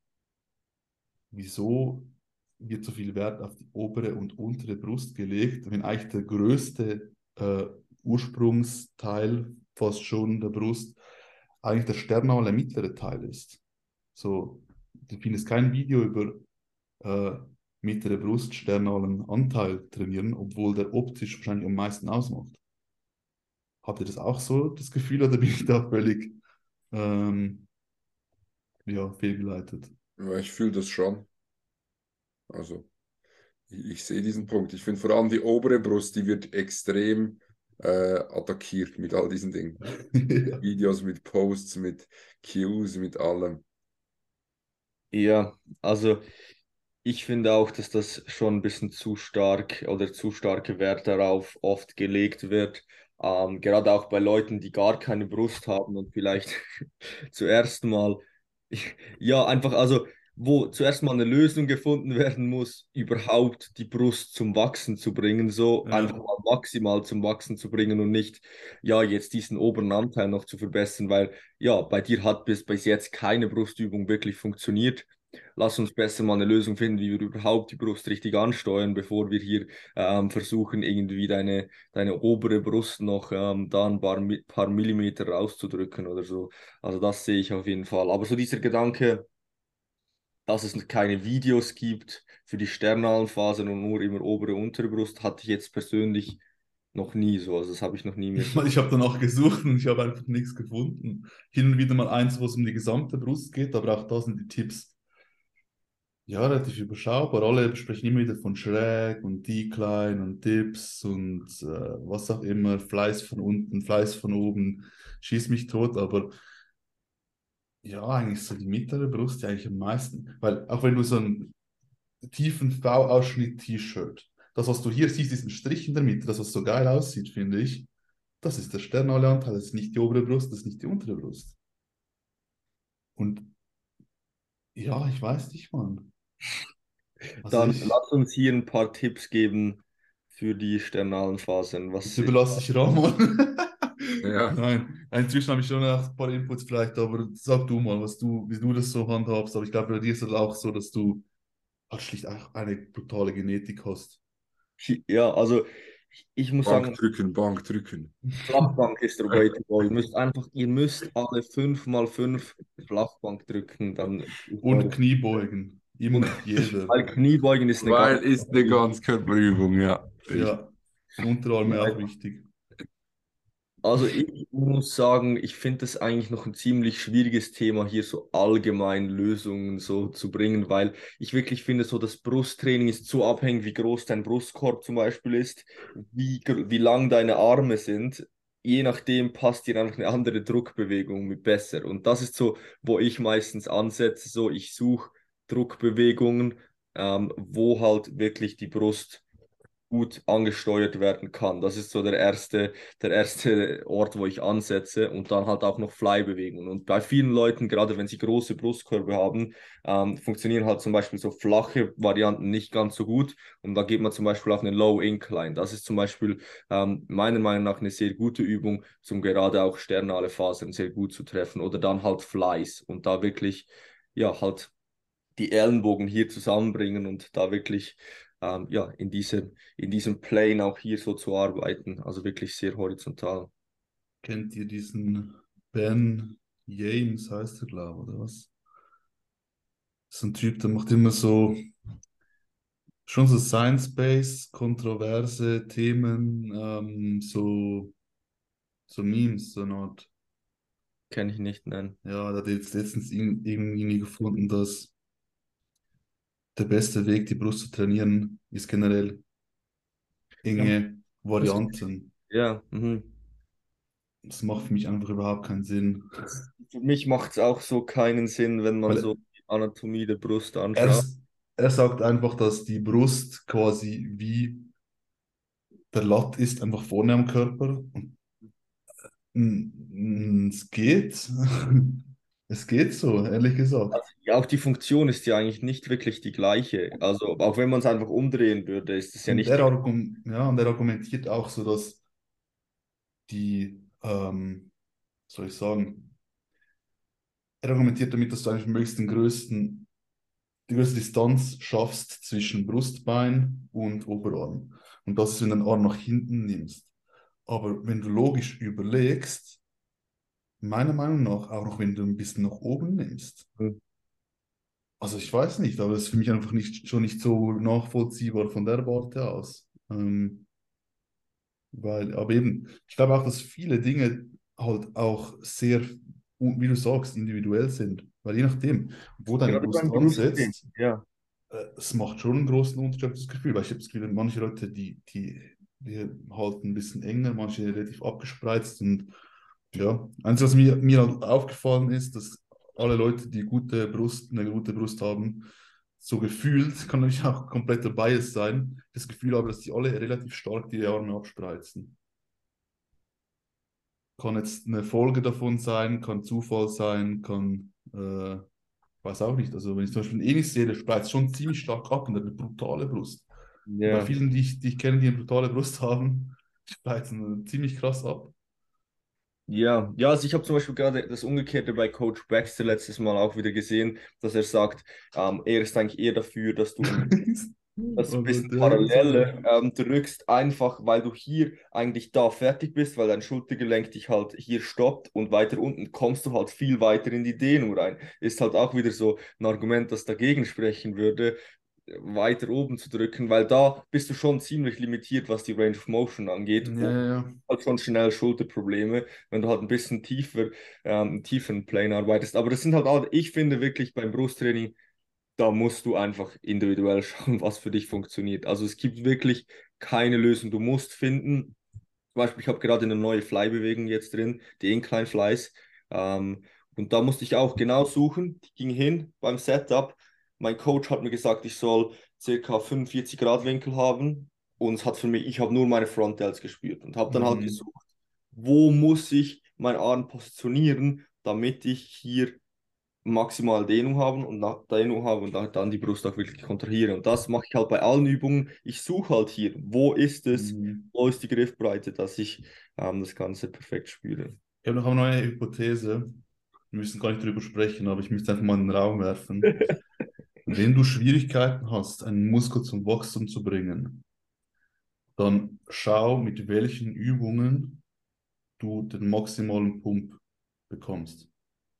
wieso wird so viel Wert auf die obere und untere Brust gelegt, wenn eigentlich der größte äh, Ursprungsteil fast schon der Brust eigentlich der Sternal, der mittlere Teil ist. So, du findest kein Video über äh, mittlere Brust, sternalen Anteil trainieren, obwohl der optisch wahrscheinlich am meisten ausmacht. Habt ihr das auch so, das Gefühl, oder bin ich da völlig ähm, ja, fehlgeleitet? Ja, ich fühle das schon. Also, ich, ich sehe diesen Punkt. Ich finde vor allem die obere Brust, die wird extrem äh, attackiert mit all diesen Dingen. Ja. Videos, mit Posts, mit Cues, mit allem. Ja, also ich finde auch, dass das schon ein bisschen zu stark oder zu starke Wert darauf oft gelegt wird. Ähm, gerade auch bei Leuten, die gar keine Brust haben und vielleicht zuerst mal, ja, einfach, also, wo zuerst mal eine Lösung gefunden werden muss, überhaupt die Brust zum Wachsen zu bringen, so einfach Ja. mal maximal zum Wachsen zu bringen und nicht, ja, jetzt diesen oberen Anteil noch zu verbessern, weil, ja, bei dir hat bis, bis jetzt keine Brustübung wirklich funktioniert. Lass uns besser mal eine Lösung finden, wie wir überhaupt die Brust richtig ansteuern, bevor wir hier ähm, versuchen, irgendwie deine, deine obere Brust noch ähm, da ein paar, Mi- paar Millimeter rauszudrücken oder so. Also das sehe ich auf jeden Fall. Aber so dieser Gedanke, dass es keine Videos gibt für die sternalen Fasern und nur immer obere, untere Brust, hatte ich jetzt persönlich noch nie so. Also das habe ich noch nie mir Ich, so. ich habe danach gesucht und ich habe einfach nichts gefunden. Hin und wieder mal eins, wo es um die gesamte Brust geht, aber auch da sind die Tipps ja relativ überschaubar. Alle sprechen immer wieder von Schräg und Decline und Dips und äh, was auch immer, Fleiß von unten, Fleiß von oben, schieß mich tot, aber ja, eigentlich so die mittlere Brust ja eigentlich am meisten. Weil auch wenn du so einen tiefen V-Ausschnitt-T-Shirt, das, was du hier siehst, diesen Strich in der Mitte, das, was so geil aussieht, finde ich, das ist der sternale Anteil, das ist nicht die obere Brust, das ist nicht die untere Brust. Und ja, ich weiß nicht, Mann. Also Dann ich, lass uns hier ein paar Tipps geben für die sternalen Fasern. das Was ist überlasse ich Ramon. Ja, Nein, inzwischen habe ich schon noch ein paar Inputs vielleicht, aber sag du mal, was du, wie du das so handhabst. Aber ich glaube, bei dir ist es auch so, dass du halt schlicht einfach eine brutale Genetik hast. ja, also ich muss Bank sagen, drücken, Bank drücken. Flachbank ist der way to go. Ihr müsst einfach, ihr müsst alle fünf mal fünf Flachbank drücken, dann ist Und eure- Kniebeugen. und Immer, jeder. weil Kniebeugen ist eine ganz Weil ist eine Ganzkörperübung, ja. Richtig. Ja, Unterarme auch wichtig. also ich muss sagen, ich finde das eigentlich noch ein ziemlich schwieriges Thema, hier so allgemein Lösungen so zu bringen, weil ich wirklich finde, so das Brusttraining ist zu abhängig, wie groß dein Brustkorb zum Beispiel ist, wie, gr- wie lang deine Arme sind. Je nachdem passt dir einfach eine andere Druckbewegung mit besser. Und das ist so, wo ich meistens ansetze, so ich suche Druckbewegungen, ähm, wo halt wirklich die Brust gut angesteuert werden kann. Das ist so der erste, der erste Ort, wo ich ansetze und dann halt auch noch Fly-Bewegungen. Und bei vielen Leuten, gerade wenn sie große Brustkörbe haben, ähm, funktionieren halt zum Beispiel so flache Varianten nicht ganz so gut. Und da geht man zum Beispiel auf eine Low Incline. Das ist zum Beispiel ähm, meiner Meinung nach eine sehr gute Übung, um gerade auch sternale Fasern sehr gut zu treffen. Oder dann halt Flies und da wirklich, ja, halt die Ellenbogen hier zusammenbringen und da wirklich ähm, ja, in diesem, in diesem Plane auch hier so zu arbeiten. Also wirklich sehr horizontal. Kennt ihr diesen Ben James, heißt er, glaube ich, oder was? Das ist ein Typ, der macht immer so Schon so Science-based, kontroverse Themen, ähm, so, so Memes, so eine Art. Kenne ich nicht, nein. Ja, da hat jetzt letztens irg- irgendwie gefunden, dass der beste Weg, die Brust zu trainieren, ist generell Ja, enge das, Varianten. ja, mhm. Das macht für mich einfach überhaupt keinen Sinn. Für mich macht es auch so keinen Sinn, wenn man so Weil die Anatomie der Brust er, anschaut. er sagt einfach, dass die Brust quasi wie der Latt ist, einfach vorne am Körper. Und mm, es geht. Es geht so, ehrlich gesagt. Ja, auch die Funktion ist ja eigentlich nicht wirklich die gleiche. Also auch wenn man es einfach umdrehen würde, ist es ja Und nicht er, die. argum ja, und er argumentiert auch so, dass die, ähm, soll ich sagen, er argumentiert damit, dass du eigentlich möglichst den größten, die größte Distanz schaffst zwischen Brustbein und Oberarm. Und das ist, wenn du den Arm nach hinten nimmst. Aber wenn du logisch überlegst, meiner Meinung nach, auch noch wenn du ein bisschen nach oben nimmst. Also ich weiß nicht, aber das ist für mich einfach nicht, schon nicht so nachvollziehbar von der Warte aus. Ähm, weil, aber eben, ich glaube auch, dass viele Dinge halt auch sehr, wie du sagst, individuell sind. Weil je nachdem, wo deine Gerade Brust beim Brusttraining, ansetzt, ja. äh, es macht schon einen großen Unterschied, habe ich das Gefühl. Weil ich habe das Gefühl, manche Leute, die, die, die halten ein bisschen enger, manche relativ abgespreizt. Und ja, eins, was mir, mir halt aufgefallen ist, dass alle Leute, die gute Brust, eine gute Brust haben, so gefühlt, kann natürlich auch kompletter Bias sein, das Gefühl habe, dass die alle relativ stark die Arme abspreizen. Kann jetzt eine Folge davon sein, kann Zufall sein, kann, äh, weiß auch nicht. Also wenn ich zum Beispiel einen Enis sehe, der spreizt schon ziemlich stark ab und hat eine brutale Brust. Und bei Ja. vielen, die ich, die ich kenne, die eine brutale Brust haben, die spreizen ziemlich krass ab. Ja, ja, also ich habe zum Beispiel gerade das Umgekehrte bei Coach Baxter letztes Mal auch wieder gesehen, dass er sagt, ähm, er ist eigentlich eher dafür, dass du ein das ein Oh bisschen Gott, ja, ich muss Parallele sagen. ähm, drückst, einfach weil du hier eigentlich da fertig bist, weil dein Schultergelenk dich halt hier stoppt und weiter unten kommst du halt viel weiter in die Dehnung rein. Ist halt auch wieder so ein Argument, das dagegen sprechen würde, weiter oben zu drücken, weil da bist du schon ziemlich limitiert, was die Range of Motion angeht Ja, und ja, ja. halt schon schnell Schulterprobleme, wenn du halt ein bisschen tiefer, ähm, tiefer im Plane arbeitest. Aber das sind halt auch, ich finde wirklich beim Brusttraining, da musst du einfach individuell schauen, was für dich funktioniert. Also es gibt wirklich keine Lösung. Du musst finden, zum Beispiel, ich habe gerade eine neue Fly-Bewegung jetzt drin, die Incline Flies. Ähm, und da musste ich auch genau suchen. Ich ging hin beim Setup. Mein Coach hat mir gesagt, ich soll circa fünfundvierzig Grad Winkel haben. Und es hat für mich, ich habe nur meine Front Delts gespürt und habe dann halt Mhm. gesucht, wo muss ich meinen Arm positionieren, damit ich hier maximal Dehnung haben und nach Dehnung haben und dann dann die Brust auch wirklich kontrahiere. Und das mache ich halt bei allen Übungen. Ich suche halt hier, wo ist es, Mhm. wo ist die Griffbreite, dass ich ähm, das Ganze perfekt spüre. Ich habe noch eine neue Hypothese. Wir müssen gar nicht drüber sprechen, aber ich möchte einfach mal in den Raum werfen. Wenn du Schwierigkeiten hast, einen Muskel zum Wachstum zu bringen, dann schau, mit welchen Übungen du den maximalen Pump bekommst.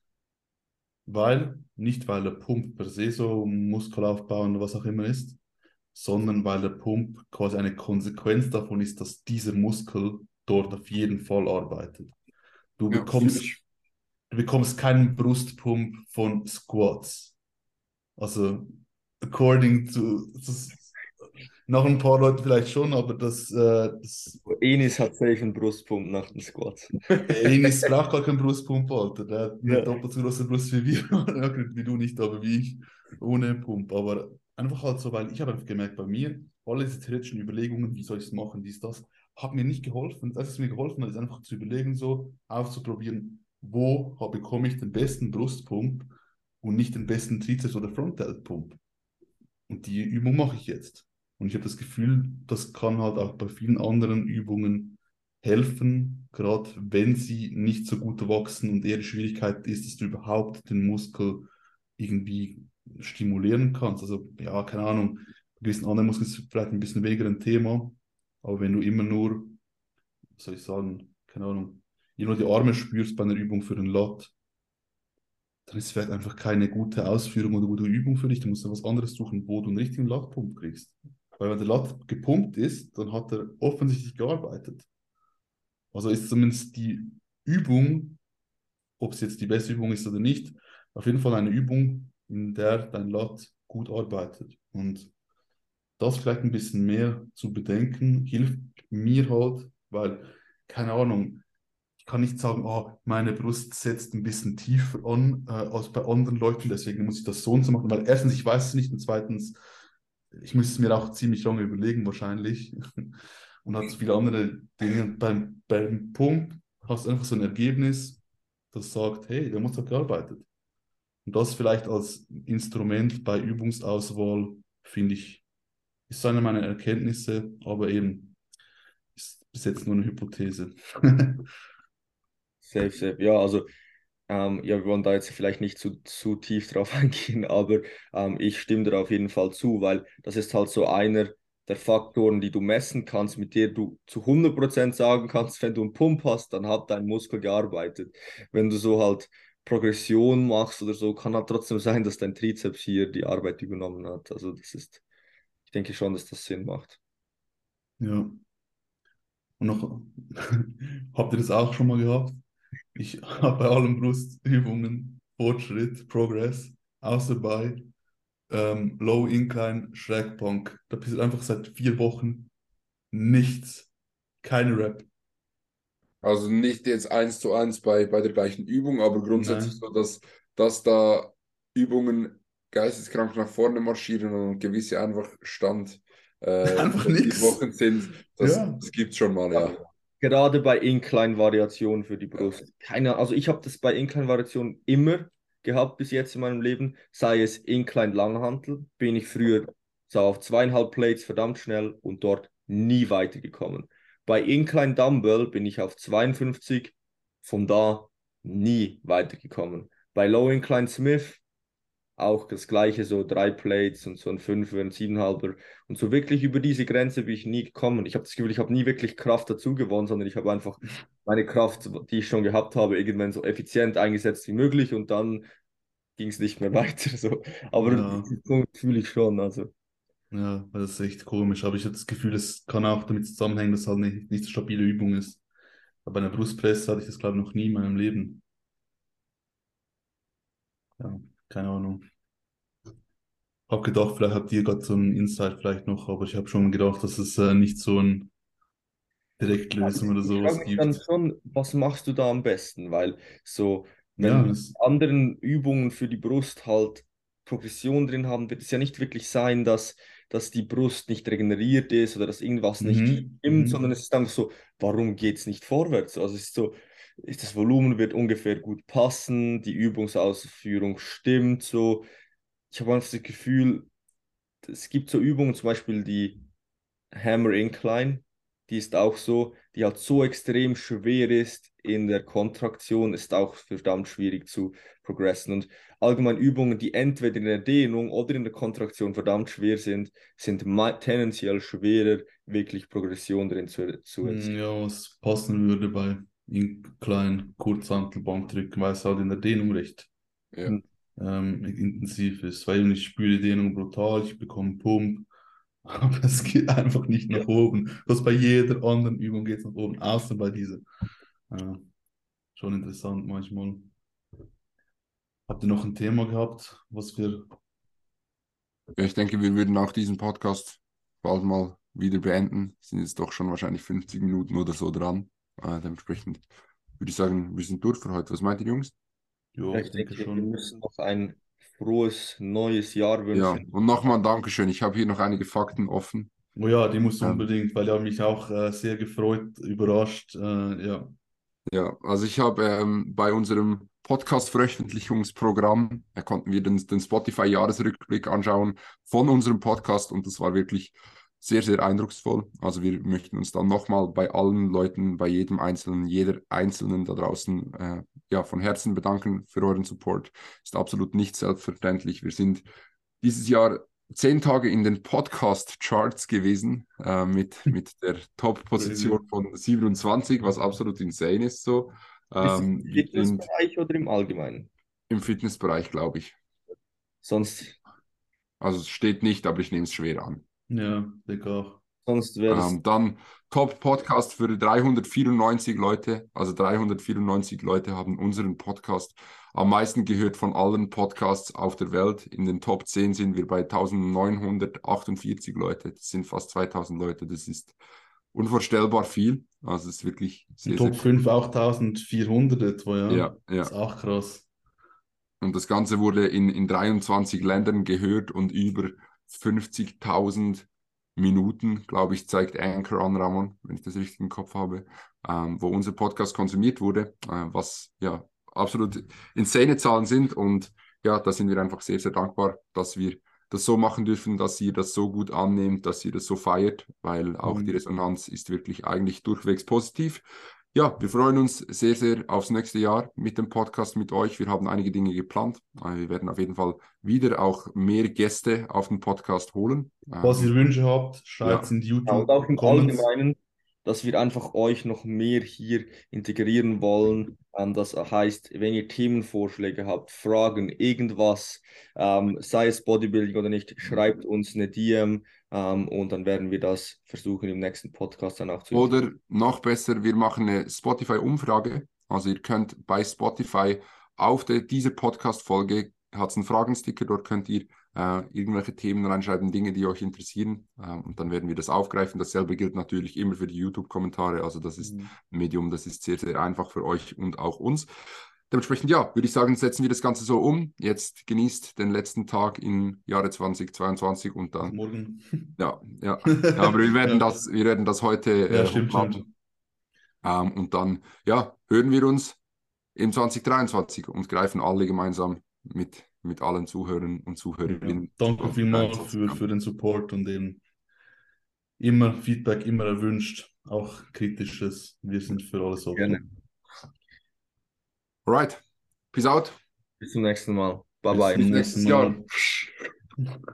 Weil, nicht weil der Pump per se so Muskelaufbau und was auch immer ist, sondern weil der Pump quasi eine Konsequenz davon ist, dass dieser Muskel dort auf jeden Fall arbeitet. Du Ja, fühle bekommst, ich. du bekommst keinen Brustpump von Squats. Also, according to, das, nach ein paar Leuten vielleicht schon, aber das, äh, das Enis hat safe einen Brustpump nach den Squats. Enis braucht gar keinen Brustpump, Alter. Der hat eine Ja. doppelt so große Brust wie wir. Ja, wie du nicht, aber wie ich. Ohne Pump. Aber einfach halt so, weil ich habe einfach gemerkt, bei mir, alle diese theoretischen Überlegungen, wie soll ich es machen, dies, das, hat mir nicht geholfen. Das, was mir geholfen hat, ist einfach zu überlegen, so auszuprobieren, wo habe- bekomme ich den besten Brustpump und nicht den besten Trizeps- oder Frontdelt-Pump. Und die Übung mache ich jetzt. Und ich habe das Gefühl, das kann halt auch bei vielen anderen Übungen helfen, gerade wenn sie nicht so gut wachsen und eher die Schwierigkeit ist, dass du überhaupt den Muskel irgendwie stimulieren kannst. Also, ja, keine Ahnung, bei gewissen anderen Muskeln ist es vielleicht ein bisschen weniger ein Thema, aber wenn du immer nur, was soll ich sagen, keine Ahnung, immer nur die Arme spürst bei einer Übung für den Lat, dann ist es vielleicht einfach keine gute Ausführung oder gute Übung für dich. Du musst da was anderes suchen, wo du einen richtigen Lachpump kriegst. Weil wenn der Lat gepumpt ist, dann hat er offensichtlich gearbeitet. Also ist zumindest die Übung, ob es jetzt die beste Übung ist oder nicht, auf jeden Fall eine Übung, in der dein Lat gut arbeitet. Und das vielleicht ein bisschen mehr zu bedenken, hilft mir halt, weil, keine Ahnung, ich kann nicht sagen, oh, meine Brust setzt ein bisschen tiefer an äh, als bei anderen Leuten, deswegen muss ich das so und so machen, weil erstens, ich weiß es nicht und zweitens, ich muss es mir auch ziemlich lange überlegen wahrscheinlich und hat so viele andere Dinge. Und beim, beim Pump hast du einfach so ein Ergebnis, das sagt, hey, der Muskel hat gearbeitet. Und das vielleicht als Instrument bei Übungsauswahl, finde ich, ist eine meiner Erkenntnisse, aber eben ist bis jetzt nur eine Hypothese. Safe, safe. Ja, also ähm, ja, wir wollen da jetzt vielleicht nicht zu, zu tief drauf eingehen, aber ähm, ich stimme dir auf jeden Fall zu, weil das ist halt so einer der Faktoren, die du messen kannst, mit der du zu hundert Prozent sagen kannst, wenn du einen Pump hast, dann hat dein Muskel gearbeitet. Wenn du so halt Progression machst oder so, kann halt trotzdem sein, dass dein Trizeps hier die Arbeit übernommen hat. Also das ist, ich denke schon, dass das Sinn macht. Ja, und noch, habt ihr das auch schon mal gehabt? Ich habe bei allen Brustübungen Fortschritt, Progress, außer bei ähm, Low Incline Schrägbank. Da passiert einfach seit vier Wochen nichts. Keine Rap. Also nicht jetzt eins zu eins bei, bei der gleichen Übung, aber grundsätzlich Nein. so, dass, dass da Übungen geisteskrank nach vorne marschieren und gewisse einfach Stand äh, Einfach über vier nichts. Wochen sind. Das, Ja. das gibt es schon mal, Ja. ja. Gerade bei Incline-Variationen für die Ja. Brust. Keine, also ich habe das bei Incline-Variationen immer gehabt bis jetzt in meinem Leben. Sei es Incline-Langhantel, bin ich früher so auf zweieinhalb Plates verdammt schnell und dort nie weitergekommen. Bei Incline-Dumbbell bin ich auf zweiundfünfzig, von da nie weitergekommen. Bei Low Incline Smith auch das gleiche, so drei Plates und so ein Fünfer, ein Siebenhalber. Und so wirklich über diese Grenze bin ich nie gekommen. Ich habe das Gefühl, ich habe nie wirklich Kraft dazu gewonnen, sondern ich habe einfach meine Kraft, die ich schon gehabt habe, irgendwann so effizient eingesetzt wie möglich und dann ging es nicht mehr weiter. So. Aber Ja. diesen Punkt fühle ich schon. Also. Ja, das ist echt komisch. Aber ich habe das Gefühl, es kann auch damit zusammenhängen, dass es halt nicht, nicht so stabile Übung ist. Aber bei einer Brustpresse hatte ich das, glaube ich, noch nie in meinem Leben. Ja, keine Ahnung. Hab gedacht, vielleicht habt ihr gerade so einen Insight vielleicht noch, aber ich habe schon gedacht, dass es äh, nicht so eine Direktlösung oder Ich frage sowas mich dann gibt. schon, was machst du da am besten? Weil so, wenn Ja, wir das, anderen Übungen für die Brust halt Progression drin haben, wird es ja nicht wirklich sein, dass, dass die Brust nicht regeneriert ist oder dass irgendwas nicht mhm, stimmt, sondern mhm. es ist einfach so, warum geht es nicht vorwärts? Also es ist so, ist das Volumen wird ungefähr gut passen, die Übungsausführung stimmt so. Ich habe einfach das Gefühl, es gibt so Übungen, zum Beispiel die Hammer Incline, die ist auch so, die halt so extrem schwer ist in der Kontraktion, ist auch verdammt schwierig zu progressen. Und allgemein Übungen, die entweder in der Dehnung oder in der Kontraktion verdammt schwer sind, sind ma- tendenziell schwerer, wirklich Progression drin zu, zu Hm, erzielen. ja, was passen würde bei kleinen Kurzhantelbankdrücken, weil es halt in der Dehnung recht Ja. Hm. ähm, intensiv ist. Weil ich spüre die Dehnung brutal, ich bekomme Pump, aber es geht einfach nicht Ja. nach oben. Das bei jeder anderen Übung geht es nach oben, außer bei dieser. Ja, schon interessant manchmal. Habt ihr noch ein Thema gehabt, was wir... Ja, ich denke, wir würden auch diesen Podcast bald mal wieder beenden. Sind jetzt doch schon wahrscheinlich fünfzig Minuten oder so dran. Äh, dementsprechend würde ich sagen, wir sind durch für heute. Was meint ihr, Jungs? Ja, Ja, ich denke denke, wir schon. müssen noch ein frohes neues Jahr Ja, wünschen. und nochmal ein Dankeschön. Ich habe hier noch einige Fakten offen. Oh ja, die muss Ähm, unbedingt, weil er mich auch äh, sehr gefreut, überrascht. Äh, ja. Ja, also ich habe ähm, bei unserem Podcast-Veröffentlichungsprogramm, da konnten wir den, den Spotify-Jahresrückblick anschauen von unserem Podcast und das war wirklich sehr, sehr eindrucksvoll. Also wir möchten uns dann nochmal bei allen Leuten, bei jedem Einzelnen, jeder Einzelnen da draußen äh, ja, von Herzen bedanken für euren Support. Ist absolut nicht selbstverständlich. Wir sind dieses Jahr zehn Tage in den Podcast-Charts gewesen, äh, mit, mit der Top-Position Crazy. von siebenundzwanzig, was absolut insane ist so. Ist es Ähm, im wir sind Fitnessbereich oder im Allgemeinen? im Fitnessbereich, glaube ich. Sonst Also es steht nicht, aber ich nehme es schwer an. Ja, denke auch. Sonst wäre es Ähm, dann Top-Podcast für dreihundertvierundneunzig Leute. Also dreihundertvierundneunzig Leute haben unseren Podcast am meisten gehört von allen Podcasts auf der Welt. In den Top zehn sind wir bei eintausendneunhundertachtundvierzig Leute. Das sind fast zweitausend Leute. Das ist unvorstellbar viel. Also es ist wirklich Und sehr, sehr Top cool. fünf auch eintausendvierhundert etwa, ja. Ja, ja. Ist auch krass. Und das Ganze wurde in, in dreiundzwanzig Ländern gehört und über fünfzigtausend Minuten, glaube ich, zeigt Anchor an, Ramon, wenn ich das richtig im Kopf habe, ähm, wo unser Podcast konsumiert wurde, äh, was ja absolut insane Zahlen sind. Und ja, da sind wir einfach sehr, sehr dankbar, dass wir das so machen dürfen, dass ihr das so gut annehmt, dass ihr das so feiert, weil auch die Mhm. Resonanz ist wirklich eigentlich durchwegs positiv. Ja, wir freuen uns sehr, sehr aufs nächste Jahr mit dem Podcast mit euch. Wir haben einige Dinge geplant. Äh, Wir werden auf jeden Fall wieder auch mehr Gäste auf den Podcast holen. Falls ihr Ähm, Wünsche habt, schreibt es ja, in die Ja, und auch im YouTube-Comments. Allgemeinen, dass wir einfach euch noch mehr hier integrieren wollen. Ähm, das heißt, wenn ihr Themenvorschläge habt, Fragen, irgendwas, ähm, sei es Bodybuilding oder nicht, schreibt uns eine D M, ähm, und dann werden wir das versuchen im nächsten Podcast dann auch zu integrieren. oder noch besser, wir machen eine Spotify-Umfrage. Also ihr könnt bei Spotify auf der, diese Podcast-Folge, hat es einen Fragensticker, dort könnt ihr äh, irgendwelche Themen reinschreiben, Dinge, die euch interessieren. Äh, und dann werden wir das aufgreifen. Dasselbe gilt natürlich immer für die YouTube-Kommentare. Also das ist Mhm. ein Medium, das ist sehr, sehr einfach für euch und auch uns. Dementsprechend, ja, würde ich sagen, setzen wir das Ganze so um. Jetzt genießt den letzten Tag im Jahre zweitausendzweiundzwanzig und Bis dann, morgen. ja, ja, ja, aber wir werden Ja. das, wir werden das heute Ja, äh, stimmt, hochladen. stimmt. Ähm, und dann, ja, hören wir uns im zwanzig dreiundzwanzig und greifen alle gemeinsam mit, mit allen Zuhörern und Ja. Zuhörerinnen Danke vielmals zwanzig dreiundzwanzig für, an. für den Support und den immer Feedback, immer erwünscht, auch kritisches. Wir sind für alles Gerne. offen. Alright, peace out. Bis zum nächsten Mal. Bye Bis bye. zum Bis nächsten nächstes Jahr. Mal.